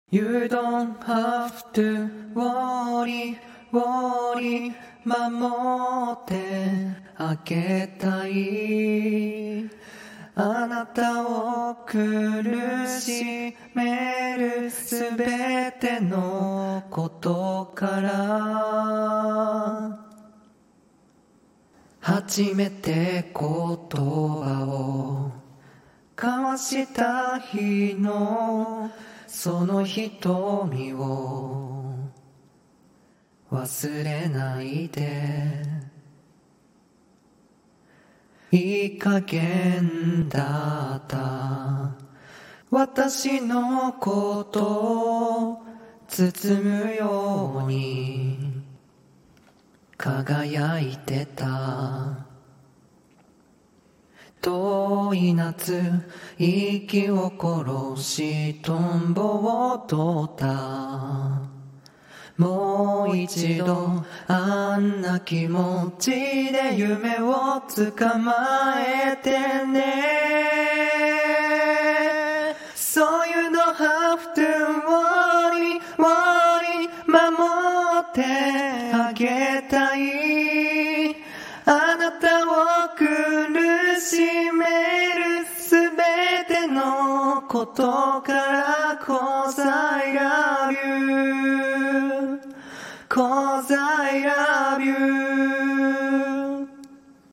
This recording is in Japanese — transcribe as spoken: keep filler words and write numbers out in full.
You don't have to worry, worry 守ってあげたいあなたを苦しめるすべてのことから初めて言葉を交わした日のその瞳を忘れないでいい加減だった私のことを包むように輝いてた遠い夏息を殺しトンボを取ったもう一度あんな気持ちで夢を捕まえてね So you don't have to worry, worry 守ってあげたいあなたを苦しめるすべてのことから Cause I love you Cause I love you